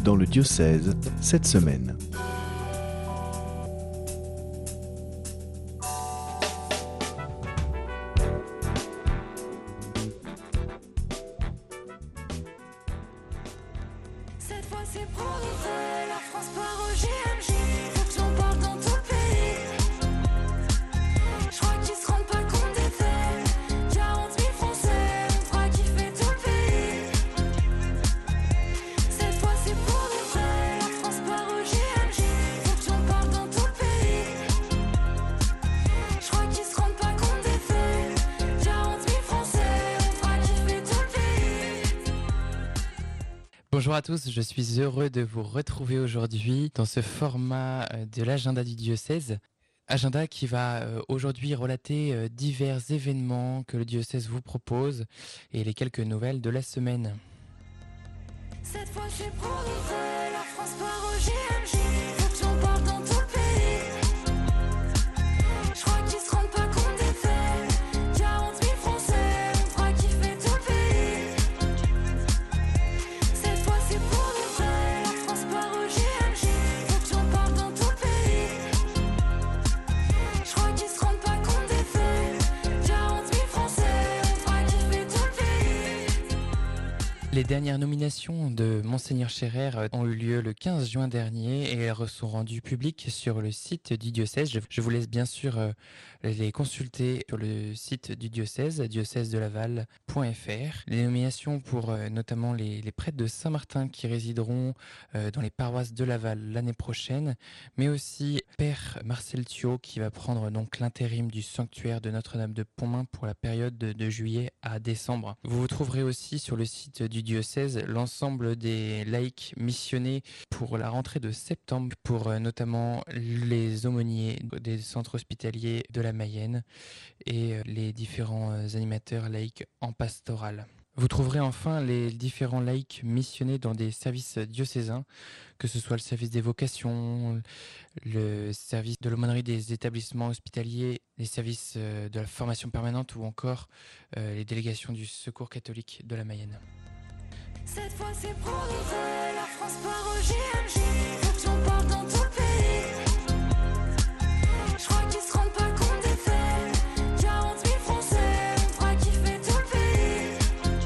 dans le diocèse cette semaine. Cette fois c'est pour de vrai, la France part au JMJ. Faut que j'en parle dans tout le pays. Je crois qu'ils se rendent pas compte des faits. 40 000 Français, on fera kiffer tout le pays. Cette fois c'est pour de vrai, la France part au JMJ. Faut que j'en parle dans tout le pays. Je crois qu'ils se rendent pas compte des faits. 40 000 Français, on fera kiffer tout le pays. Bonjour à tous, je suis heureux de vous retrouver aujourd'hui dans ce format de l'agenda du diocèse. Agenda qui va aujourd'hui relater divers événements que le diocèse vous propose et les quelques nouvelles de la semaine. Cette fois c'est pour de vrai, la France part au JMJ. Faut que j'en parle dans tout le pays. Je crois qu'ils se rendent pas compte des faits. 40 000 Français, on fera kiffer tout le pays. Cette fois c'est pour de vrai, la France part au JMJ. Faut que j'en parle dans tout le pays. Je crois qu'ils se rendent pas compte des faits. 40 000 Français, on fera kiffer tout le pays. Les dernières nominations de Monseigneur Scherer ont eu lieu le 15 juin dernier et elles sont rendues publiques sur le site du diocèse. Je vous laisse bien sûr les consulter sur le site du diocèse, diocèse-de-laval.fr. Les nominations pour notamment les prêtres de Saint-Martin qui résideront dans les paroisses de Laval l'année prochaine, mais aussi Père Marcel Thiot qui va prendre donc l'intérim du sanctuaire de Notre-Dame de Pontmain pour la période de juillet à décembre. Vous trouverez aussi sur le site du diocèse l'ensemble des laïcs missionnés pour la rentrée de septembre, pour notamment les aumôniers des centres hospitaliers de la Mayenne et les différents animateurs laïcs en pastoral. Vous trouverez enfin les différents laïcs missionnés dans des services diocésains, que ce soit le service des vocations, le service de l'aumônerie des établissements hospitaliers, les services de la formation permanente ou encore les délégations du Secours catholique de la Mayenne. Cette fois c'est pour de vrai, la France part au JMJ. Faut que j'en parle dans tout le pays. Je crois qu'ils se rendent pas compte des faits. 40 000 Français, on fera kiffer tout le pays.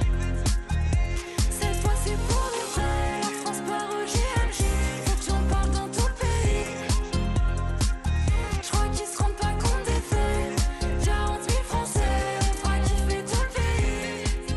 Cette fois c'est pour de vrai, la France part au JMJ. Faut que j'en parle dans tout le pays. Je crois qu'ils se rendent pas compte des faits. 40 000 Français, on fera kiffer tout le pays.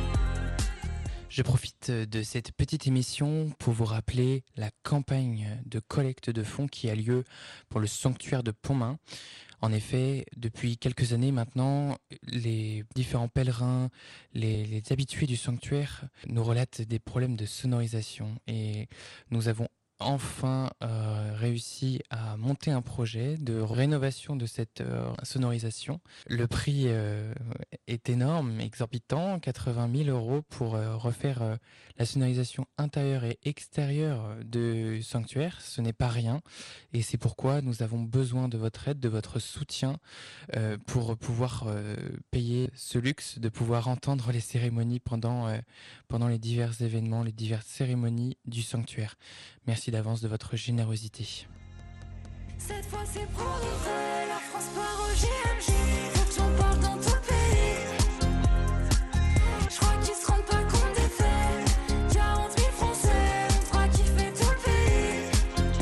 Je profite de cette petite émission pour vous rappeler la campagne de collecte de fonds qui a lieu pour le sanctuaire de Pontmain. En effet, depuis quelques années maintenant, les différents pèlerins, les habitués du sanctuaire nous relatent des problèmes de sonorisation et nous avons enfin réussi à monter un projet de rénovation de cette sonorisation. Le prix est énorme, exorbitant, 80 000 euros pour refaire la sonorisation intérieure et extérieure du sanctuaire. Ce n'est pas rien et c'est pourquoi nous avons besoin de votre aide, de votre soutien pour pouvoir payer ce luxe de pouvoir entendre les cérémonies pendant les divers événements, les diverses cérémonies du sanctuaire. Merci d'avance de votre générosité. Cette fois c'est pour de vrai, la France part au JMJ. Faut que j'en parle dans tout le pays. Je crois qu'ils se rendent pas compte des faits. 40 000 Français, on fera kiffer tout le pays.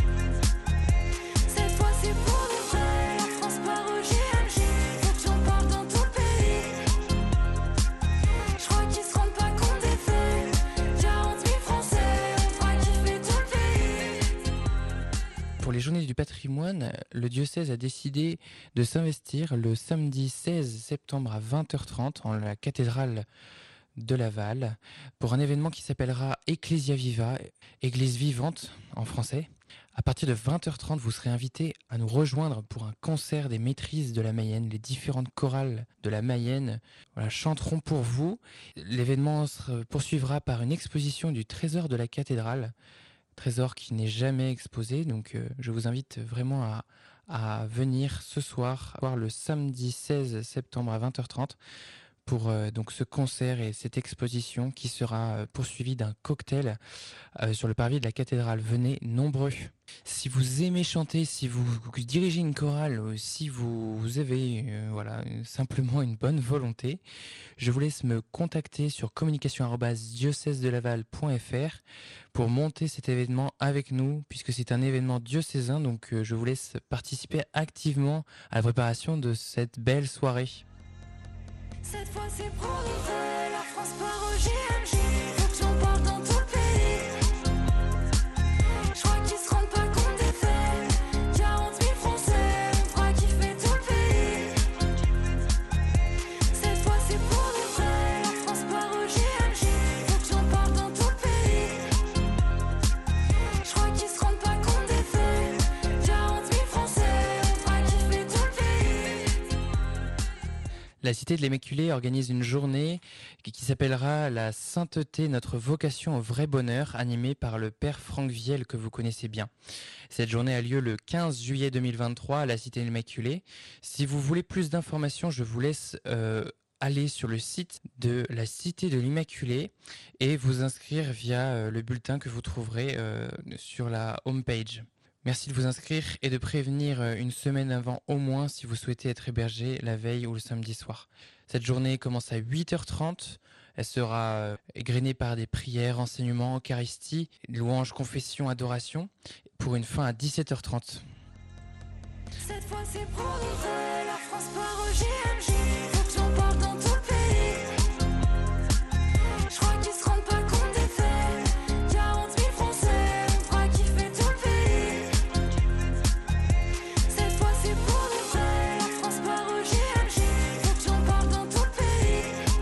Cette fois c'est pour de vrai, la France part au JMJ. Faut que j'en parle dans tout le pays. Je crois qu'ils se rendent pas compte des faits. 40 000 Français, on fera kiffer tout le pays. Pour les journées du patrimoine, le diocèse a décidé de s'investir le samedi 16 septembre à 20h30 en la cathédrale de Laval pour un événement qui s'appellera Ecclesia Viva, Église vivante en français. À partir de 20h30, vous serez invité à nous rejoindre pour un concert des maîtrises de la Mayenne. Les différentes chorales de la Mayenne chanteront pour vous. L'événement se poursuivra par une exposition du trésor de la cathédrale, trésor qui n'est jamais exposé. Donc je vous invite vraiment à venir ce soir, voir le samedi 16 septembre à 20h30 pour donc ce concert et cette exposition qui sera poursuivie d'un cocktail sur le parvis de la cathédrale. Venez nombreux. Si vous aimez chanter, si vous dirigez une chorale, ou si vous avez simplement une bonne volonté, je vous laisse me contacter sur communication@diocèsedelaval.fr pour monter cet événement avec nous, puisque c'est un événement diocésain, donc je vous laisse participer activement à la préparation de cette belle soirée. Cette fois c'est pour de vrai, la France part au JMJ. Faut que j'en parle dans tout le pays. Je crois qu'ils se rendent pas compte des faits. 40 000 Français, on fera kiffer tout le pays. Cette fois c'est pour de vrai, la France part au JMJ. Faut que j'en parle dans tout le pays. Je crois qu'ils se rendent pas compte des faits. 40 000 Français, on fera kiffer tout le pays. La Cité de l'Immaculée organise une journée qui s'appellera La Sainteté, notre vocation au vrai bonheur, animée par le Père Franck Viel que vous connaissez bien. Cette journée a lieu le 15 juillet 2023 à la Cité de l'Immaculée. Si vous voulez plus d'informations, je vous laisse aller sur le site de la Cité de l'Immaculée et vous inscrire via le bulletin que vous trouverez sur la homepage. Merci de vous inscrire et de prévenir une semaine avant au moins si vous souhaitez être hébergé la veille ou le samedi soir. Cette journée commence à 8h30. Elle sera égrenée par des prières, enseignements, Eucharistie, louanges, confession, adoration, pour une fin à 17h30. Cette fois c'est pour de vrai, la France part au JMJ. Faut que j'en parle dans tout le pays. Je crois qu'ils se rendent pas compte des faits. 40 000 Français, on fera kiffer tout le pays. Cette fois c'est pour de vrai, la France part au JMJ. Faut que j'en parle dans tout le pays.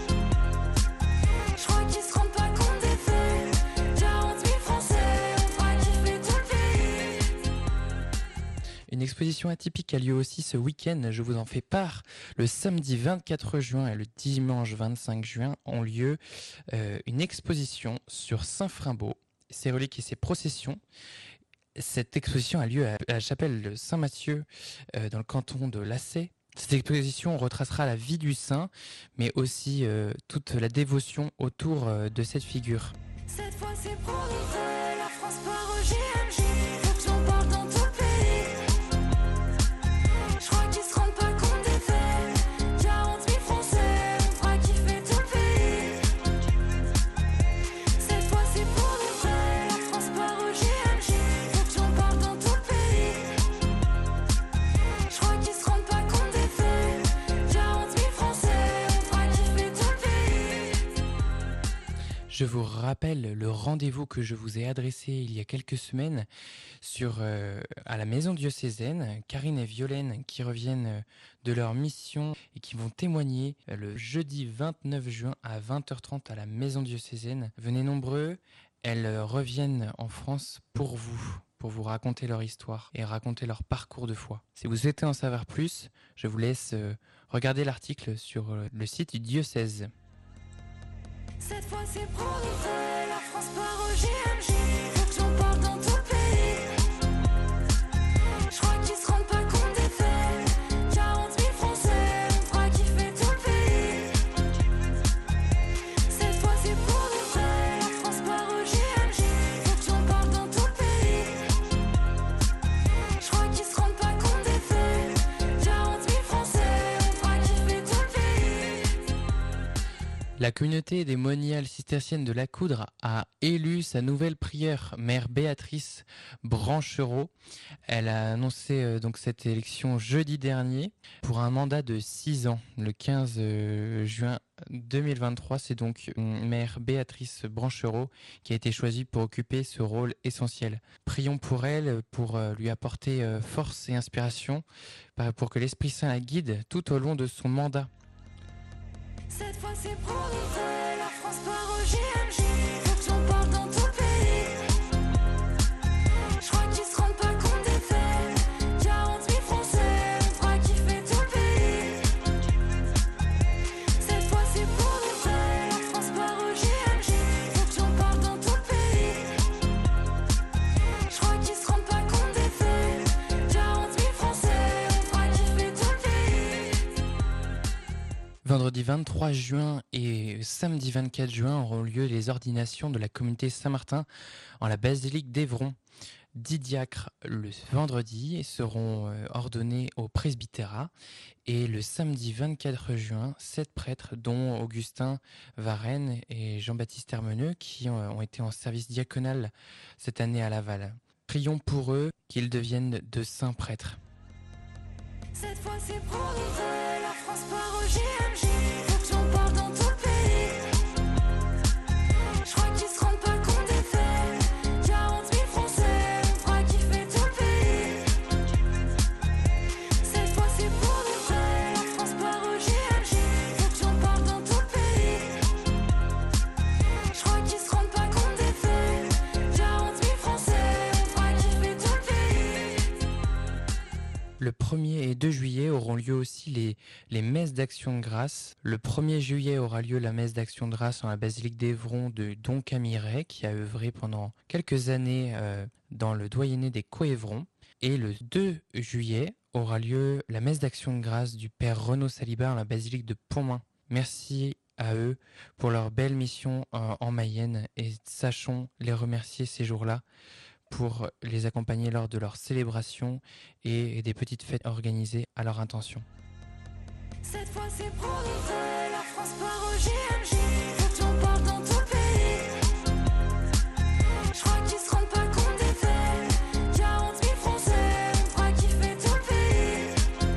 Je crois qu'ils se rendent pas compte des faits. 40 000 Français, on fera kiffer tout le pays. Une exposition atypique a lieu aussi ce week-end, je vous en fais part. Le samedi 24 juin et le dimanche 25 juin ont lieu une exposition sur Saint-Frimbault, ses reliques et ses processions. Cette exposition a lieu à la chapelle de Saint-Mathieu dans le canton de Lacey. Cette exposition retracera la vie du saint, mais aussi toute la dévotion autour de cette figure. Cette fois c'est pour de vrai, la France part au JMJ. Faut que j'en parle dans tout le pays. Je crois qu'ils se rendent pas compte des faits. 40 000 Français, on fera kiffer tout le pays. Cette fois c'est pour de vrai, la France part au JMJ. Faut que j'en parle dans tout le pays. Je crois qu'ils se rendent pas compte des faits. 40 000 Français, on fera kiffer tout le pays. Je vous rappelle le rendez-vous que je vous ai adressé il y a quelques semaines à la maison diocésaine, Karine et Violaine qui reviennent de leur mission et qui vont témoigner le jeudi 29 juin à 20h30 à la maison diocésaine. Venez nombreux, elles reviennent en France pour vous raconter leur histoire et raconter leur parcours de foi. Si vous souhaitez en savoir plus, je vous laisse regarder l'article sur le site du diocèse. Cette fois c'est pour de vrai, la France part au JMJ. Faut que j'en parle dans tout le pays. Je crois qu'ils se rendent pas compte des faits. 40 000 Français, on fera kiffer tout le pays. Cette fois c'est pour de vrai, la France part au JMJ. Faut que j'en parle dans tout le pays. Je crois qu'ils se rendent pas compte des faits. 40 000 Français, on fera kiffer tout le pays. La communauté des moniales cisterciennes de la Coudre a élu sa nouvelle prieure, Mère Béatrice Branchereau. Elle a annoncé donc cette élection jeudi dernier pour un mandat de 6 ans. Le 15 juin 2023, c'est donc Mère Béatrice Branchereau qui a été choisie pour occuper ce rôle essentiel. Prions pour elle, pour lui apporter force et inspiration, pour que l'Esprit Saint la guide tout au long de son mandat. Cette fois c'est pour de vrai, la France part au JMJ. Faut que j'en parle dans tout le pays. Je crois qu'ils se rendent pas compte des faits. 40 000 Français, on fera kiffer tout le pays. Cette fois c'est pour de vrai, la France part au JMJ. Faut que j'en parle dans tout le pays. Je crois qu'ils se rendent pas compte des faits. 40 000 Français, on fera kiffer tout le pays. Vendredi 23 juin et samedi 24 juin auront lieu les ordinations de la communauté Saint-Martin en la basilique d'Évron. 10 diacres le vendredi seront ordonnés au presbytérat et le samedi 24 juin, 7 prêtres dont Augustin Varenne et Jean-Baptiste Hermeneux qui ont été en service diaconal cette année à Laval. Prions pour eux qu'ils deviennent de saints prêtres. Cette fois c'est pour de vrai, la France part au JMJ. Faut que j'en parle dans tout le pays. Je crois qu'ils se rendent pas compte des faits. 40 000 Français, on fera kiffer tout le pays. Cette fois c'est pour de vrai, la France part au JMJ. Faut que j'en parle dans tout le pays. Je crois qu'ils se rendent pas compte des faits. 40 000 Français, on fera kiffer tout le pays. Le 1er et 2 juillet auront lieu aussi les messes d'action de grâce. Le 1er juillet aura lieu la messe d'action de grâce en la basilique d'Évron de Don Camiret, qui a œuvré pendant quelques années dans le doyenné des Coévrons. Et le 2 juillet aura lieu la messe d'action de grâce du père Renaud Saliba en la basilique de Pontmain. Merci à eux pour leur belle mission en Mayenne et sachons les remercier ces jours-là pour les accompagner lors de leurs célébrations et des petites fêtes organisées à leur intention. Cette fois c'est pour de vrai, la France part au JMJ. Faut que j'en parle dans tout le pays. Je crois qu'ils se rendent pas compte des faits. 40 000 Français, on fera kiffer tout le pays.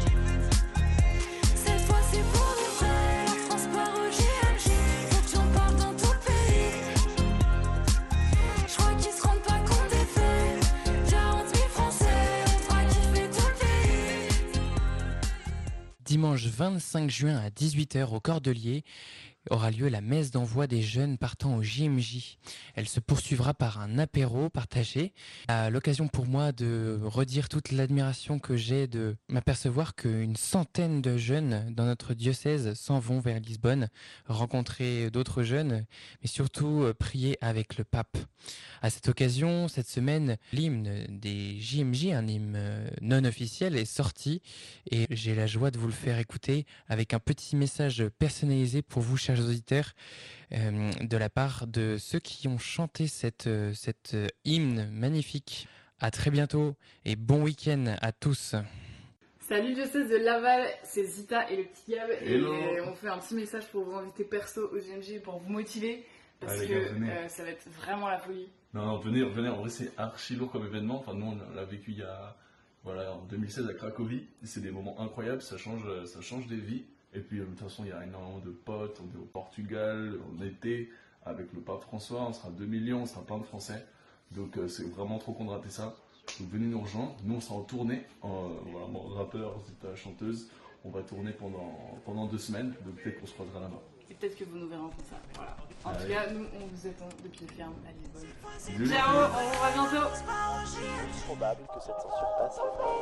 Cette fois c'est pour de vrai, la France part au JMJ. Faut que j'en parle dans tout le pays. Je crois qu'ils se rendent pas compte des faits. 40 000 Français, on fera kiffer tout le pays. Dimanche 25 juin à 18h au Cordelier aura lieu la messe d'envoi des jeunes partant au JMJ. Elle se poursuivra par un apéro partagé. L'occasion pour moi de redire toute l'admiration que j'ai de m'apercevoir qu'une centaine de jeunes dans notre diocèse s'en vont vers Lisbonne, rencontrer d'autres jeunes, mais surtout prier avec le pape. À cette occasion, cette semaine, l'hymne des JMJ, un hymne non officiel, est sorti et j'ai la joie de vous le faire écouter avec un petit message personnalisé pour vous, chers auditeurs, de la part de ceux qui ont chanté cet hymne magnifique. À très bientôt et bon week-end à tous. Salut diocèse de Laval, c'est Zita et le petit Gab. Hello. Et on fait un petit message pour vous inviter perso au GMG pour vous motiver parce Allez, que gars, venez. ça va être vraiment la folie. Non, venez, en vrai c'est archi lourd comme événement, enfin nous on l'a vécu en 2016 à Cracovie, c'est des moments incroyables, ça change des vies, et puis de toute façon il y a énormément de potes, on est au Portugal, en été, avec le pape François, on sera 2 millions, on sera plein de Français, donc c'est vraiment trop con de rater ça, donc venez nous rejoindre, nous on sera en tournée, rappeur, chanteuse, on va tourner pendant 2 semaines, donc peut-être qu'on se croisera là-bas. Et peut-être que vous nous verrez en concert. Voilà. En Allez. tout cas, nous on vous attend de pied ferme à Lisbonne. Salut. Ciao, on vous voit bientôt. Probable que cette censure passe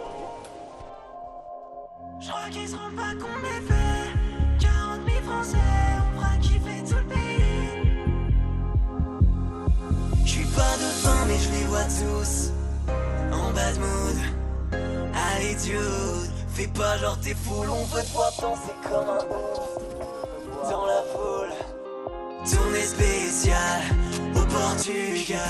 Je crois qu'ils se rendent pas compte des faits. 40 000 Français, on fera kiffer tout le pays. Je suis pas dauphin mais je les vois tous en bad mood. Allez dude, fais pas genre t'es full, on veut te voir danser comme un ouf dans la foule. Tournée spéciale au Portugal.